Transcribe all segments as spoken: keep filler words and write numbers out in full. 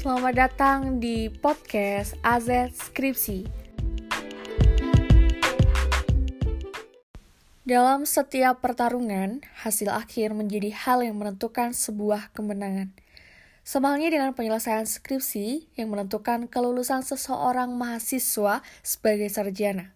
Selamat datang di podcast A Z Skripsi. Dalam setiap pertarungan, hasil akhir menjadi hal yang menentukan sebuah kemenangan. Sama halnya dengan penyelesaian skripsi yang menentukan kelulusan seseorang mahasiswa sebagai sarjana.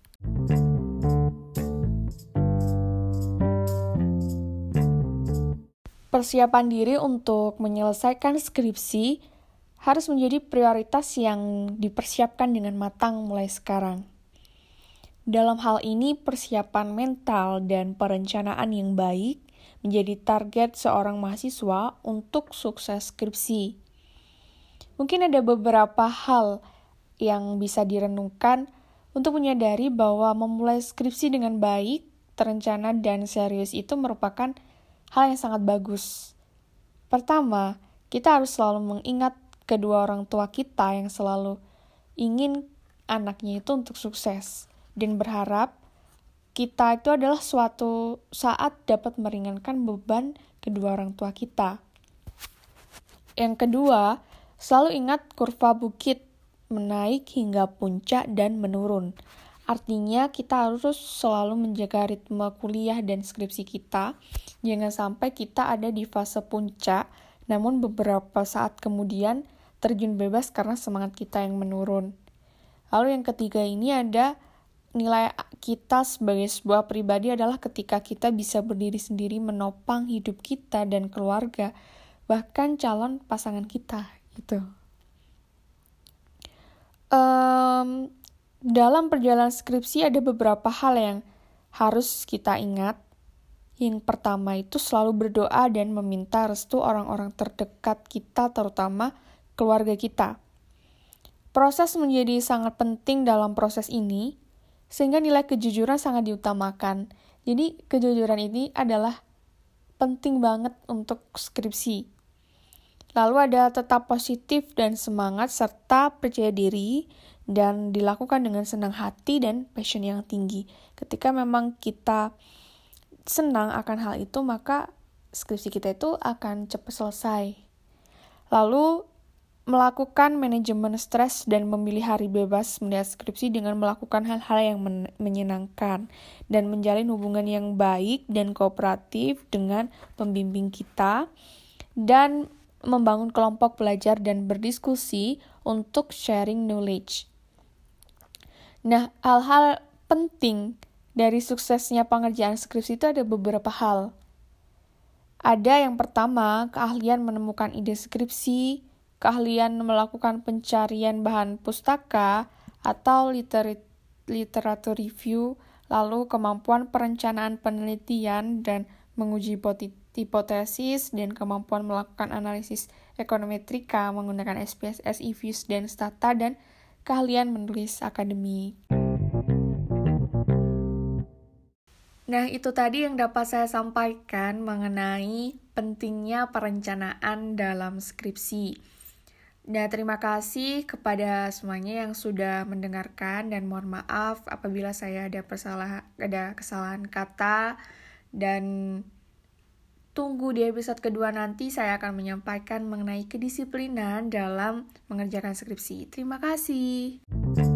Persiapan diri untuk menyelesaikan skripsi harus menjadi prioritas yang dipersiapkan dengan matang mulai sekarang. Dalam hal ini, persiapan mental dan perencanaan yang baik menjadi target seorang mahasiswa untuk sukses skripsi. Mungkin ada beberapa hal yang bisa direnungkan untuk menyadari bahwa memulai skripsi dengan baik, terencana, dan serius itu merupakan hal yang sangat bagus. Pertama, kita harus selalu mengingat kedua orang tua kita yang selalu ingin anaknya itu untuk sukses dan berharap kita itu adalah suatu saat dapat meringankan beban kedua orang tua kita. Yang kedua, selalu ingat kurva bukit menaik hingga puncak dan menurun. Artinya kita harus selalu menjaga ritme kuliah dan skripsi kita. Jangan sampai kita ada di fase puncak, namun beberapa saat kemudian terjun bebas karena semangat kita yang menurun. Lalu yang ketiga ini ada nilai kita sebagai sebuah pribadi adalah ketika kita bisa berdiri sendiri menopang hidup kita dan keluarga, bahkan calon pasangan kita gitu. Um, dalam perjalanan skripsi ada beberapa hal yang harus kita ingat. Yang pertama itu selalu berdoa dan meminta restu orang-orang terdekat kita, terutama keluarga kita. Proses menjadi sangat penting dalam proses ini, sehingga nilai kejujuran sangat diutamakan. Jadi kejujuran ini adalah penting banget untuk skripsi. Lalu ada tetap positif dan semangat serta percaya diri dan dilakukan dengan senang hati dan passion yang tinggi. Ketika memang kita senang akan hal itu, maka skripsi kita itu akan cepat selesai. Lalu melakukan manajemen stres dan memilih hari bebas melihat skripsi dengan melakukan hal-hal yang men- menyenangkan dan menjalin hubungan yang baik dan kooperatif dengan pembimbing kita dan membangun kelompok belajar dan berdiskusi untuk sharing knowledge. Nah, hal-hal penting dari suksesnya pengerjaan skripsi itu ada beberapa hal. Ada yang pertama, keahlian menemukan ide skripsi, keahlian melakukan pencarian bahan pustaka atau liter- literatur review, lalu kemampuan perencanaan penelitian dan menguji hipotesis, dan kemampuan melakukan analisis ekonometrika menggunakan S P S S, I V I S, dan Stata, dan keahlian menulis akademik. Nah, itu tadi yang dapat saya sampaikan mengenai pentingnya perencanaan dalam skripsi. Nah, terima kasih kepada semuanya yang sudah mendengarkan dan mohon maaf apabila saya ada persalah, ada kesalahan kata, dan tunggu di episode kedua nanti saya akan menyampaikan mengenai kedisiplinan dalam mengerjakan skripsi. Terima kasih.